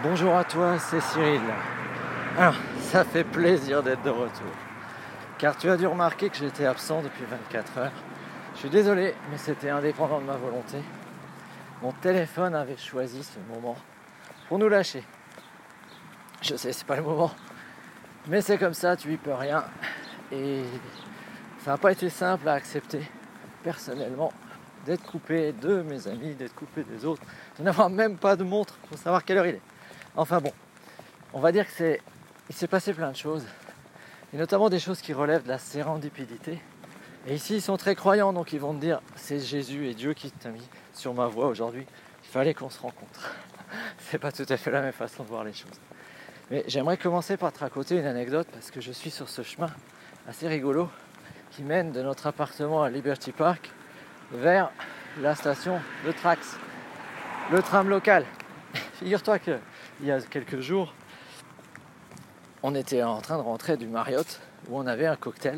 Bonjour à toi, c'est Cyril. Alors, ça fait plaisir d'être de retour. Car tu as dû remarquer que j'étais absent depuis 24 heures. Je suis désolé, mais c'était indépendant de ma volonté. Mon téléphone avait choisi ce moment pour nous lâcher. Je sais, c'est pas le moment, mais c'est comme ça, tu y peux rien. Et ça n'a pas été simple à accepter, personnellement, d'être coupé de mes amis, d'être coupé des autres, de n'avoir même pas de montre pour savoir quelle heure il est. Enfin bon, on va dire il s'est passé plein de choses, et notamment des choses qui relèvent de la sérendipité. Et ici, ils sont très croyants, donc ils vont te dire, c'est Jésus et Dieu qui t'a mis sur ma voie aujourd'hui. Il fallait qu'on se rencontre. C'est pas tout à fait la même façon de voir les choses. Mais j'aimerais commencer par te raconter une anecdote, parce que je suis sur ce chemin assez rigolo qui mène de notre appartement à Liberty Park vers la station de Trax, le tram local. Figure-toi qu'il y a quelques jours, on était en train de rentrer du Marriott où on avait un cocktail,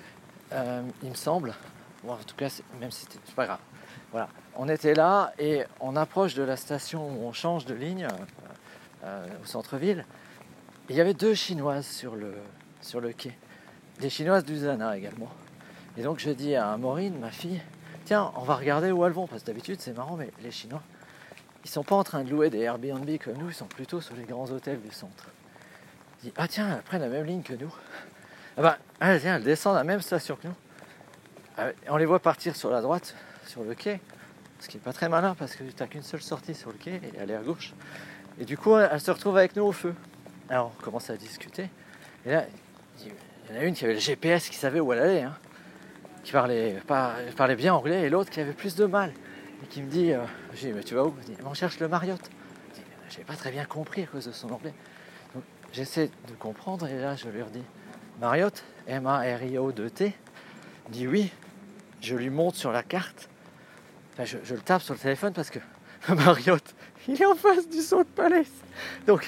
il me semble. Bon, en tout cas, même si c'est pas grave. Voilà, on était là et on approche de la station où on change de ligne au centre-ville. Et il y avait deux Chinoises sur le quai, des Chinoises du Zana également. Et donc je dis à Maureen, ma fille, tiens, on va regarder où elles vont, parce que d'habitude c'est marrant, mais les Chinois, ils sont pas en train de louer des Airbnb comme nous, ils sont plutôt sur les grands hôtels du centre. Je dis, ah tiens, elles prennent la même ligne que nous. Ah bah, elles descendent à la même station que nous. On les voit partir sur la droite, sur le quai, ce qui n'est pas très malin, parce que tu n'as qu'une seule sortie sur le quai, et elle est à gauche. Et du coup, elles se retrouvent avec nous au feu. Alors on commence à discuter, et là, il y en a une qui avait le GPS, qui savait où elle allait, hein, qui parlait bien anglais, et l'autre qui avait plus de mal. Et qui me dit, j'ai dit, mais tu vas où? Il dit, on cherche le Marriott. Je n'ai pas très bien compris à cause de son anglais. Donc j'essaie de comprendre, et là je lui redis, Marriott, M-A-R-I-O-2-T. Il dit oui, je lui montre sur la carte. Enfin, je le tape sur le téléphone parce que Marriott, il est en face du Salt Palace. Donc,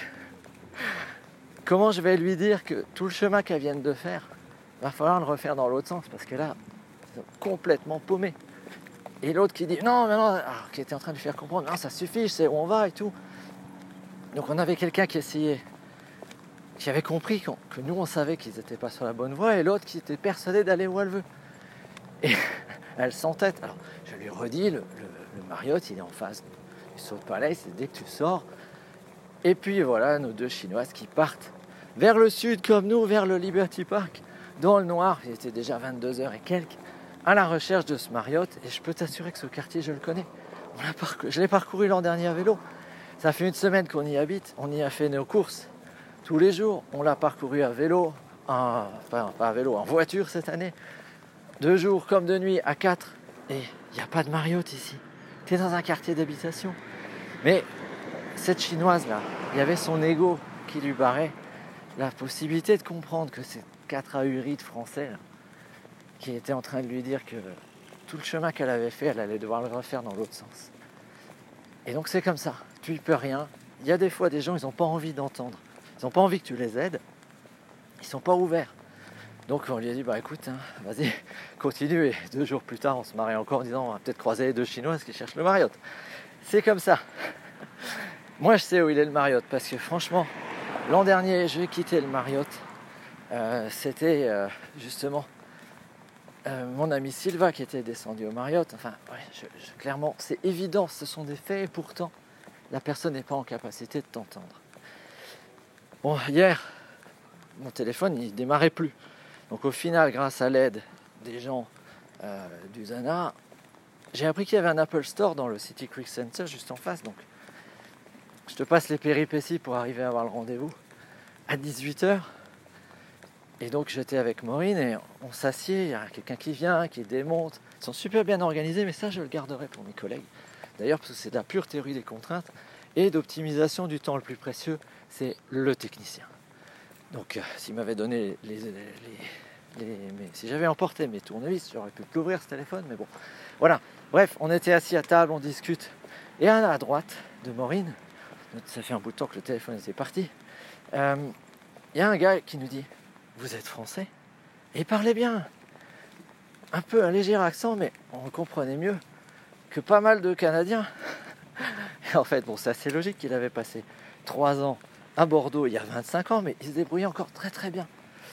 comment je vais lui dire que tout le chemin qu'elles viennent de faire, va falloir le refaire dans l'autre sens, parce que là, ils sont complètement paumés. Et l'autre qui dit non, alors, qui était en train de lui faire comprendre, non, ça suffit, je sais où on va et tout. Donc on avait quelqu'un qui essayait, qui avait compris que nous on savait qu'ils n'étaient pas sur la bonne voie, et l'autre qui était persuadé d'aller où elle veut. Et elle s'entête. Alors je lui redis, le Marriott il est en face du Salt Palace, dès que tu sors. Et puis voilà, nos deux Chinoises qui partent vers le sud comme nous, vers le Liberty Park, dans le noir. Il était déjà 22h et quelques, à la recherche de ce Marriott. Et je peux t'assurer que ce quartier, je le connais. Je l'ai parcouru l'an dernier à vélo. Ça fait une semaine qu'on y habite. On y a fait nos courses tous les jours. On l'a parcouru à vélo, pas à vélo, en voiture cette année. 2 jours comme de nuit à 4. Et il n'y a pas de Marriott ici. Tu es dans un quartier d'habitation. Mais cette Chinoise-là, il y avait son ego qui lui barrait la possibilité de comprendre que ces 4 ahuris de Français là, qui étaient en train de lui dire que tout le chemin qu'elle avait fait, elle allait devoir le refaire dans l'autre sens. Et donc c'est comme ça, tu y peux rien. Il y a des fois des gens, ils n'ont pas envie d'entendre. Ils n'ont pas envie que tu les aides. Ils ne sont pas ouverts. Donc on lui a dit, bah écoute, vas-y, continue. Et 2 jours plus tard, on se marrait encore en disant, on va peut-être croiser les deux Chinoises qui cherchent le Marriott. C'est comme ça. Moi je sais où il est le Marriott, parce que franchement, l'an dernier, j'ai quitté le Marriott. C'était justement mon amie Sylva qui était descendue au Marriott. Enfin, ouais, clairement, c'est évident, ce sont des faits, et pourtant, la personne n'est pas en capacité de t'entendre. Bon, hier, mon téléphone, il ne démarrait plus. Donc au final, grâce à l'aide des gens du Zana, j'ai appris qu'il y avait un Apple Store dans le City Creek Center, juste en face. Donc, je te passe les péripéties pour arriver à avoir le rendez-vous à 18h. Et donc j'étais avec Maureen et on s'assied, il y a quelqu'un qui vient, qui démonte. Ils sont super bien organisés, mais ça je le garderai pour mes collègues. D'ailleurs, parce que c'est de la pure théorie des contraintes et d'optimisation du temps le plus précieux, c'est le technicien. Donc s'il m'avait donné si j'avais emporté mes tournevis, j'aurais pu l'ouvrir ce téléphone, mais bon. Voilà, bref, on était assis à table, on discute. Et à la droite de Maureen, ça fait un bout de temps que le téléphone était parti, il y a un gars qui nous dit, vous êtes français? Et il parlait bien. Un peu un léger accent, mais on comprenait mieux que pas mal de Canadiens. Et en fait, bon, c'est assez logique qu'il avait passé 3 ans à Bordeaux il y a 25 ans, mais il se débrouillait encore très très bien.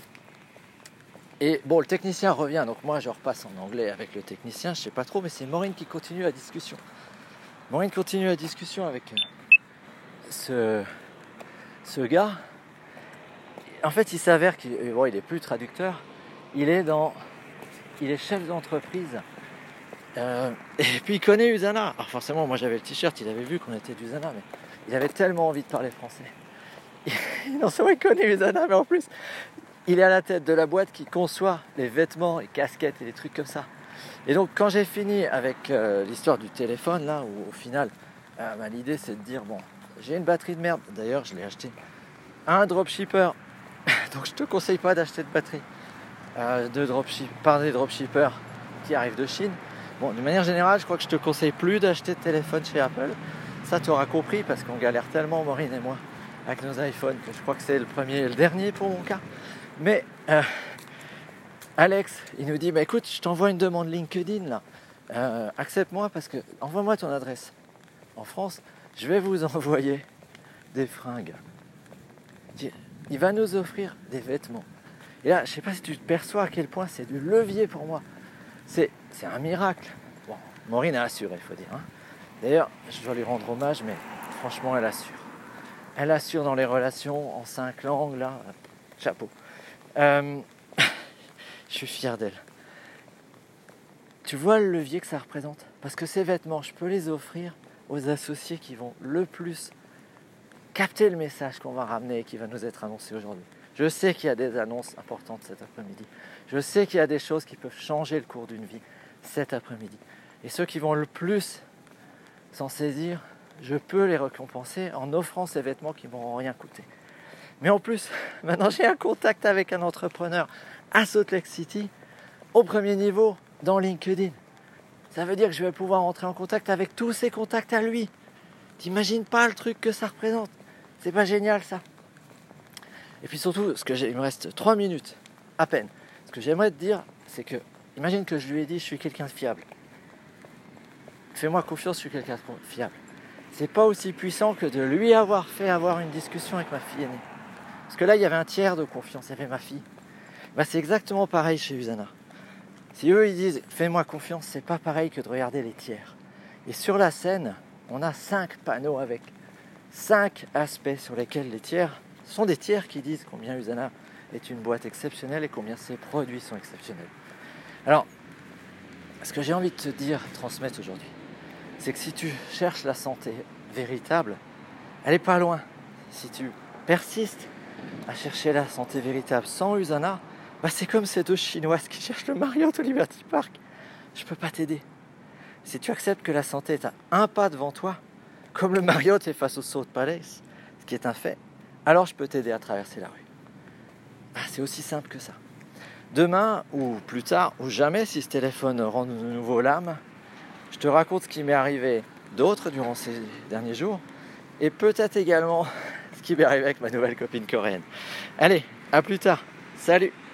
Et bon, le technicien revient, donc moi je repasse en anglais avec le technicien, je sais pas trop, mais c'est Maureen qui continue la discussion. Maureen continue la discussion avec ce gars. En fait, il s'avère qu'il il est plus traducteur, il est chef d'entreprise. Et puis il connaît Usana. Alors forcément, moi j'avais le t-shirt, il avait vu qu'on était d'Usana, mais il avait tellement envie de parler français. Non seulement il connaît Usana, mais en plus, il est à la tête de la boîte qui conçoit les vêtements, les casquettes et les trucs comme ça. Et donc quand j'ai fini avec l'histoire du téléphone, là, où au final, l'idée c'est de dire, bon, j'ai une batterie de merde, d'ailleurs je l'ai acheté à un dropshipper, donc je te conseille pas d'acheter de batterie par des dropshippers qui arrivent de Chine. Bon, de manière générale, je crois que je te conseille plus d'acheter de téléphone chez Apple. Ça, tu auras compris, parce qu'on galère tellement, Maureen et moi, avec nos iPhones, que je crois que c'est le premier et le dernier pour mon cas. Mais Alex, il nous dit, écoute, je t'envoie une demande LinkedIn, là. Accepte-moi, parce que envoie-moi ton adresse. En France, je vais vous envoyer des fringues. Il va nous offrir des vêtements. Et là, je ne sais pas si tu te perçois à quel point c'est du levier pour moi. C'est un miracle. Bon, Maureen a assuré, il faut dire. Hein. D'ailleurs, je dois lui rendre hommage, mais franchement, elle assure. Elle assure dans les relations en 5 langues, là. Chapeau. Je suis fier d'elle. Tu vois le levier que ça représente? Parce que ces vêtements, je peux les offrir aux associés qui vont le plus capter le message qu'on va ramener et qui va nous être annoncé aujourd'hui. Je sais qu'il y a des annonces importantes cet après-midi. Je sais qu'il y a des choses qui peuvent changer le cours d'une vie cet après-midi. Et ceux qui vont le plus s'en saisir, je peux les récompenser en offrant ces vêtements qui ne m'auront rien coûté. Mais en plus, maintenant j'ai un contact avec un entrepreneur à Salt Lake City, au premier niveau, dans LinkedIn. Ça veut dire que je vais pouvoir entrer en contact avec tous ses contacts à lui. T'imagines pas le truc que ça représente? C'est pas génial ça? Et puis surtout, il me reste 3 minutes à peine. Ce que j'aimerais te dire, c'est que, imagine que je lui ai dit, je suis quelqu'un de fiable. Fais-moi confiance, je suis quelqu'un de fiable. C'est pas aussi puissant que de lui avoir fait avoir une discussion avec ma fille aînée. Parce que là, il y avait un tiers de confiance, il y avait ma fille. C'est exactement pareil chez Usana. Si eux, ils disent, fais-moi confiance, c'est pas pareil que de regarder les tiers. Et sur la scène, on a 5 panneaux avec 5 aspects sur lesquels les tiers, ce sont des tiers qui disent combien Usana est une boîte exceptionnelle et combien ses produits sont exceptionnels. Alors, ce que j'ai envie de te dire, transmettre aujourd'hui, c'est que si tu cherches la santé véritable, elle n'est pas loin. Si tu persistes à chercher la santé véritable sans Usana, c'est comme ces 2 Chinoises qui cherchent le Marriott au Liberty Park. Je ne peux pas t'aider. Si tu acceptes que la santé est à un pas devant toi, comme le Marriott est face au South Palace, ce qui est un fait, alors je peux t'aider à traverser la rue. C'est aussi simple que ça. Demain, ou plus tard, ou jamais, si ce téléphone rend de nouveau l'âme, je te raconte ce qui m'est arrivé d'autre durant ces derniers jours, et peut-être également ce qui m'est arrivé avec ma nouvelle copine coréenne. Allez, à plus tard. Salut!